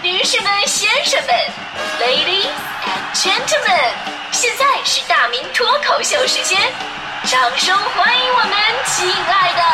女士们、先生们 ，Ladies and Gentlemen， 现在是大明脱口秀时间，掌声欢迎我们亲爱的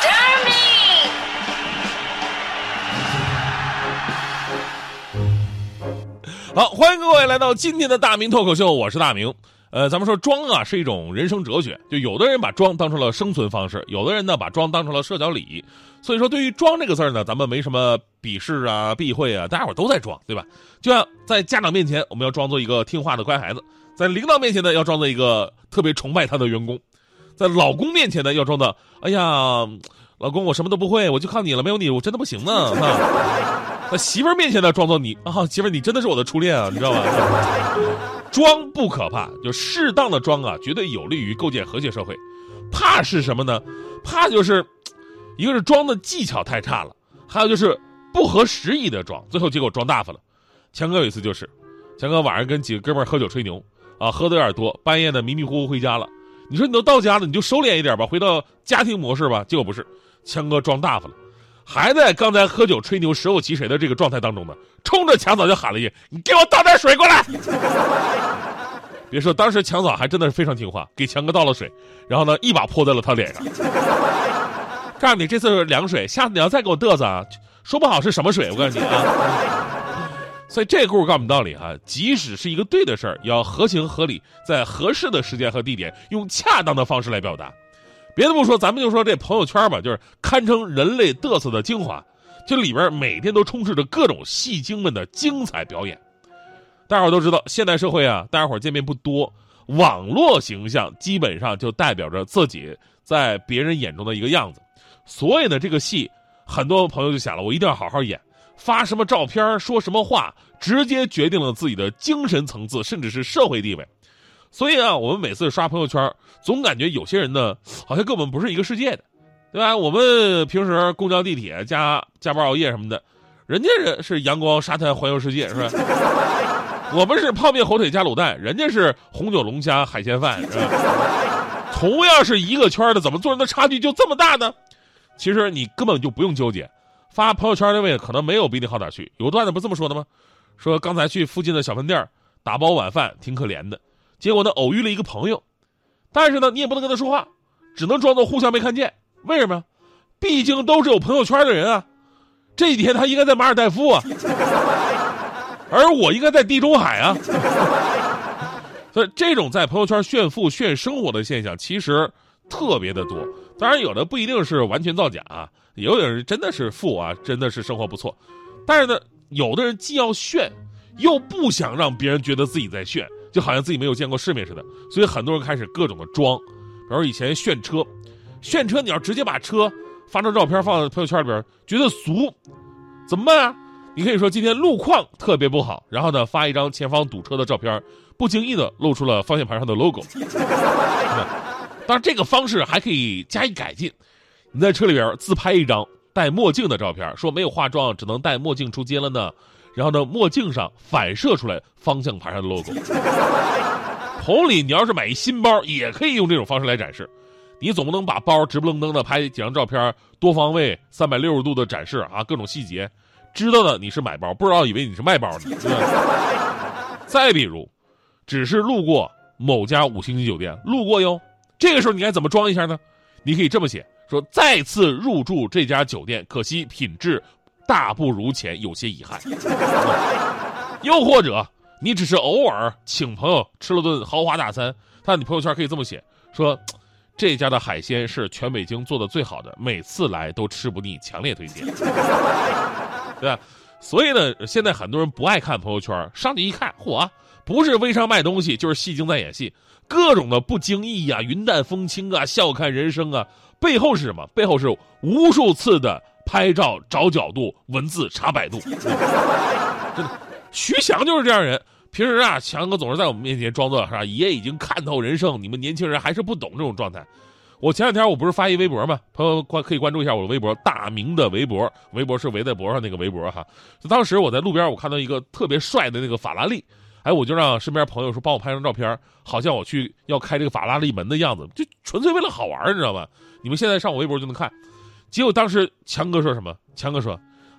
Starmin。 好，欢迎各位来到今天的大明脱口秀，我是大明。咱们说装啊是一种人生哲学，就有的人把装当成了生存方式，有的人呢把装当成了社交礼仪。所以说对于装这个字儿呢，咱们没什么鄙视啊、避讳啊，大家伙都在装，对吧？就像在家长面前，我们要装作一个听话的乖孩子；在领导面前呢，要装作一个特别崇拜他的员工；在老公面前呢，要装的哎呀，老公我什么都不会，我就靠你了，没有你我真的不行呢。在媳妇儿面前呢，装作你啊，媳妇儿你真的是我的初恋啊，你知道吧？装不可怕，就适当的装啊，绝对有利于构建和谐社会。怕是什么呢？怕就是一个是装的技巧太差了，还有就是不合时宜的装，最后结果装大发了。强哥有一次就是，强哥晚上跟几个哥们儿喝酒吹牛啊，喝的有点多，半夜呢迷迷糊糊回家了。你说你都到家了，你就收敛一点吧，回到家庭模式吧。结果不是，强哥装大发了，还在刚才喝酒吹牛舍我其谁的这个状态当中呢，冲着强嫂就喊了一句：“你给我倒点水过来！”别说当时强嫂还真的是非常听话，给强哥倒了水，然后呢一把泼在了他脸上。告诉你这次是凉水，下次你要再给我嘚瑟啊，说不好是什么水，我告诉你啊。所以这个故事告诉我们道理哈，即使是一个对的事儿，也要合情合理，在合适的时间和地点，用恰当的方式来表达。别的不说，咱们就说这朋友圈吧，就是堪称人类嘚瑟的精华，这里边每天都充斥着各种戏精们的精彩表演。大家伙都知道，现代社会啊，大家伙见面不多，网络形象基本上就代表着自己在别人眼中的一个样子。所以呢，这个戏很多朋友就想了，我一定要好好演，发什么照片，说什么话，直接决定了自己的精神层次，甚至是社会地位。所以啊，我们每次刷朋友圈，总感觉有些人呢，好像跟我们不是一个世界的，对吧？我们平时公交、地铁加班熬夜什么的，人家是阳光沙滩环游世界，是吧？我们是泡面火腿加卤蛋，人家是红酒龙虾海鲜饭，是吧？同样是一个圈的，怎么做人的差距就这么大呢？其实你根本就不用纠结，发朋友圈那位可能没有比你好哪去。有个段子不这么说的吗？说刚才去附近的小饭店打包晚饭，挺可怜的。结果呢，偶遇了一个朋友，但是呢，你也不能跟他说话，只能装作互相没看见。为什么？毕竟都是有朋友圈的人啊。这几天他应该在马尔代夫啊，而我应该在地中海啊。所以这种在朋友圈炫富炫生活的现象其实特别的多。当然有的不一定是完全造假啊，有的人真的是富啊，真的是生活不错。但是呢，有的人既要炫，又不想让别人觉得自己在炫，就好像自己没有见过世面似的。所以很多人开始各种的装，比如以前炫车你要直接把车发张照片放在朋友圈里边，觉得俗，怎么办啊？你可以说今天路况特别不好，然后呢发一张前方堵车的照片，不经意的露出了方向盘上的 logo。当然这个方式还可以加以改进，你在车里边自拍一张戴墨镜的照片，说没有化妆只能戴墨镜出街了呢，然后呢墨镜上反射出来方向盘上的 logo。 同理，你要是买一新包也可以用这种方式来展示，你总不能把包直不愣登的拍几张照片，多方位360度的展示啊，各种细节，知道的你是买包，不知道以为你是卖包呢。再比如只是路过某家5星级酒店，路过哟，这个时候你该怎么装一下呢？你可以这么写，说再次入住这家酒店，可惜品质大不如前，有些遗憾。又或者你只是偶尔请朋友吃了顿豪华大餐，但你朋友圈可以这么写，说这家的海鲜是全北京做的最好的，每次来都吃不腻，强烈推荐。对吧？所以呢，现在很多人不爱看朋友圈，上去一看，嚯，不是微商卖东西，就是戏精在演戏，各种的不经意啊，云淡风轻啊，笑看人生啊，背后是什么？背后是无数次的拍照找角度，文字查百度。真的，徐翔就是这样人。平时啊，强哥总是在我们面前装作是吧，爷已经看透人生，你们年轻人还是不懂这种状态。我前两天我不是发一微博吗？朋友可以关注一下我的微博，大明的微博，微博是围在脖上那个微博哈。就当时我在路边，我看到一个特别帅的那个法拉利，我就让身边朋友说帮我拍张照片，好像我去要开这个法拉利门的样子，就纯粹为了好玩，你知道吗？你们现在上我微博就能看。结果当时强哥说什么？强哥说：“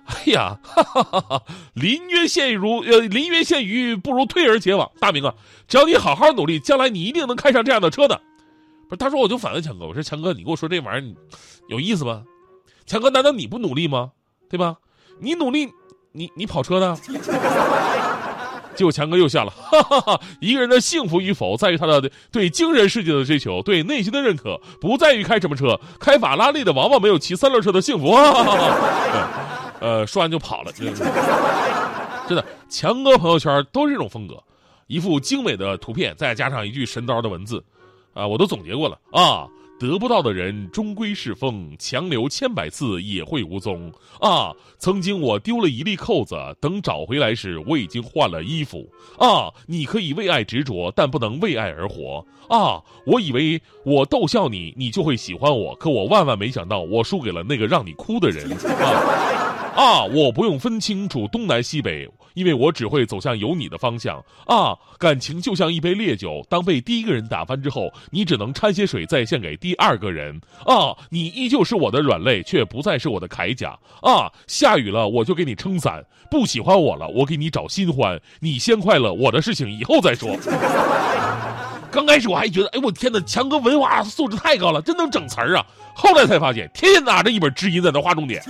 哎呀，哈哈哈哈，临渊羡鱼，不如退而结网。大明啊，只要你好好努力，将来你一定能开上这样的车的。不是，他说我就反问强哥，我说强哥，你跟我说这玩意儿，你有意思吗？强哥，难道你不努力吗？对吧？你努力，你跑车呢？结果强哥又笑了，哈哈哈！一个人的幸福与否，在于他的对精神世界的追求，对内心的认可，不在于开什么车。开法拉利的往往没有骑三轮车的幸福。哈哈哈！说完就跑了。真的，强哥朋友圈都是这种风格，一幅精美的图片，再加上一句神叨的文字，我都总结过了啊。得不到的人终归是风，强留千百次也会无踪啊！曾经我丢了一粒扣子，等找回来时我已经换了衣服啊！你可以为爱执着，但不能为爱而活啊！我以为我逗笑你，你就会喜欢我，可我万万没想到，我输给了那个让你哭的人啊！我不用分清楚东南西北，因为我只会走向有你的方向啊！感情就像一杯烈酒，当被第一个人打翻之后，你只能掺些水再献给第二个人啊！你依旧是我的软肋，却不再是我的铠甲啊！下雨了我就给你撑伞，不喜欢我了我给你找新欢，你先快乐，我的事情以后再说。刚开始我还觉得，哎我天哪，强哥文化素质太高了，真能整词儿啊！后来才发现，天天拿着一本知音在那划重点。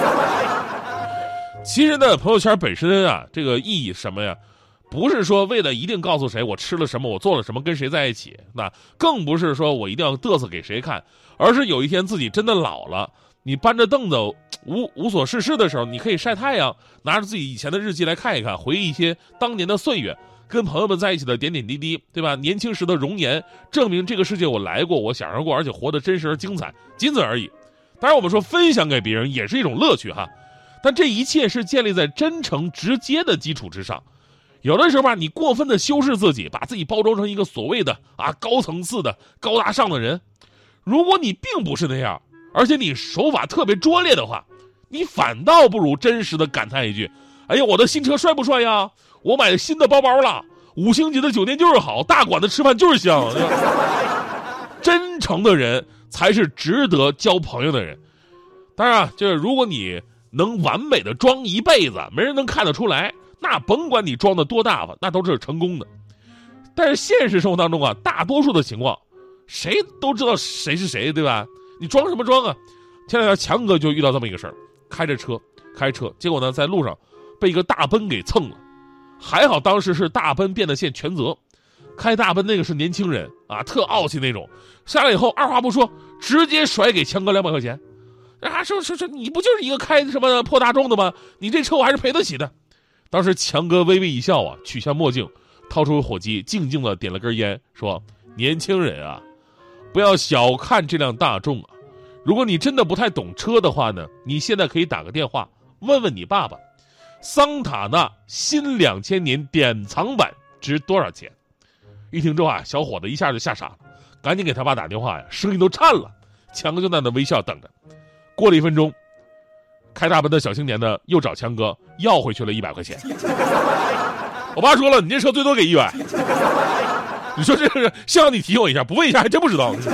其实呢，朋友圈本身啊，这个意义什么呀？不是说为了一定告诉谁我吃了什么，我做了什么，跟谁在一起，那更不是说我一定要嘚瑟给谁看，而是有一天自己真的老了，你搬着凳子无所事事的时候，你可以晒太阳，拿着自己以前的日记来看一看，回忆一些当年的岁月，跟朋友们在一起的点点滴滴，对吧？年轻时的容颜，证明这个世界我来过，我享受过，而且活得真实而精彩，仅此而已。当然我们说分享给别人也是一种乐趣哈，但这一切是建立在真诚直接的基础之上。有的时候吧，你过分的修饰自己，把自己包装成一个所谓的高层次的高大上的人，如果你并不是那样，而且你手法特别拙劣的话，你反倒不如真实的感叹一句，哎呀，我的新车帅不帅呀？我买新的包包了，5星级的酒店就是好，大馆子吃饭就是香。真诚的人才是值得交朋友的人。当然就是如果你能完美的装一辈子，没人能看得出来，那甭管你装的多大吧，那都是成功的。但是现实生活当中啊，大多数的情况，谁都知道谁是谁，对吧？你装什么装啊？前两天强哥就遇到这么一个事儿，开车，结果呢，在路上被一个大奔给蹭了。还好当时是大奔变得现全责，开大奔那个是年轻人特傲气那种，下来以后二话不说，直接甩给强哥200块钱。说你不就是一个开什么破大众的吗？你这车我还是赔得起的。当时强哥微微一笑取下墨镜，掏出火机，静静的点了根烟，说：“年轻人啊，不要小看这辆大众啊！如果你真的不太懂车的话呢，你现在可以打个电话问问你爸爸，桑塔纳新2000年典藏版值多少钱？”一听之后小伙子一下就吓傻了，赶紧给他爸打电话声音都颤了。强哥就在那微笑等着。过了1分钟，开大奔的小青年呢又找强哥要回去了100块钱。我爸说了，你这车最多给100。你说这是幸好你提醒我一下，不问一下还真不知道。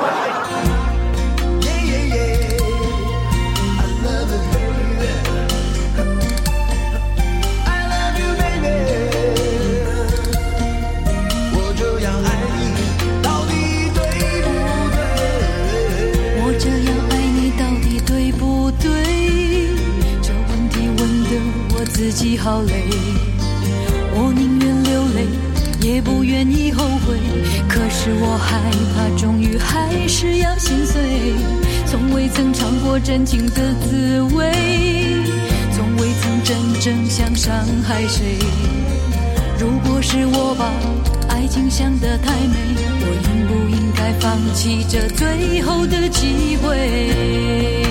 自己好累，我宁愿流泪，也不愿意后悔。可是我害怕，终于还是要心碎。从未曾尝过真情的滋味，从未曾真正想伤害谁。如果是我把爱情想得太美，我应不应该放弃这最后的机会？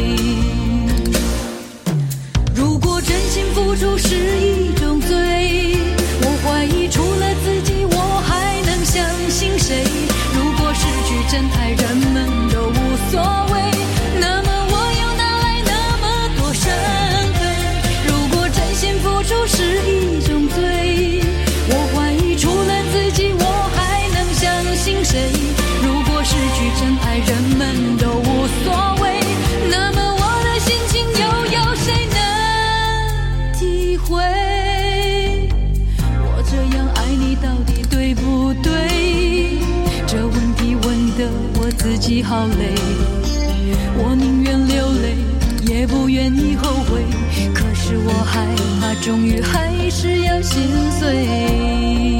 付出是一种罪，我怀疑除了自己我还能相信谁？如果失去真爱人们都无所谓，那么我又哪来那么多身份？如果真心付出是一种罪，我怀疑除了自己我还能相信谁？如果失去真爱人们都无所谓，那么我的心情又有谁能好累，我宁愿流泪也不愿意后悔，可是我害怕终于还是要心碎。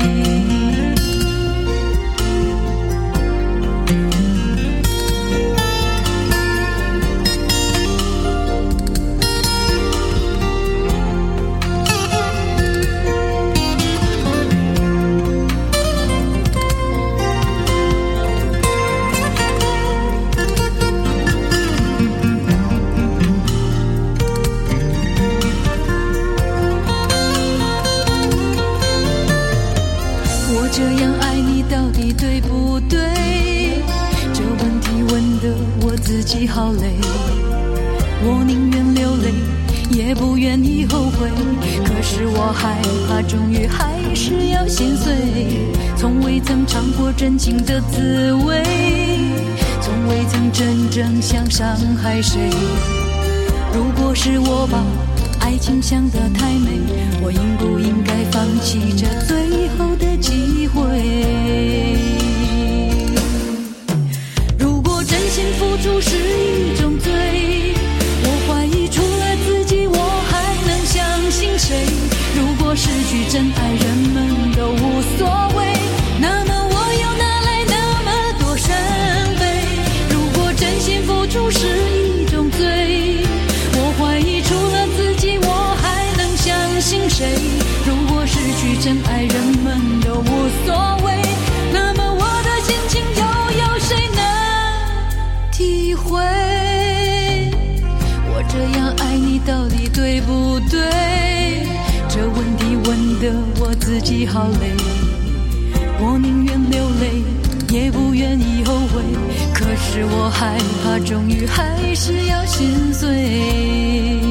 这样爱你到底对不对？这问题问得我自己好累，我宁愿流泪也不愿意后悔，可是我害怕终于还是要心碎。从未曾尝过真情的滋味，从未曾真正想伤害谁。如果是我把爱情想得太美，我应不应该放弃这最后的机会？如果真心付出是一种罪，我怀疑除了自己我还能相信谁？如果失去真爱人们都无所谓，那么我又哪来那么多伤悲？如果真心付出是一种罪，我怀疑除了自己我还能相信谁？如果失去真爱人们都无所谓，那么我的心情又有谁能体会？我这样爱你到底对不对？这问题问得我自己好累，我宁愿流泪也不愿意后悔，可是我害怕终于还是要心碎。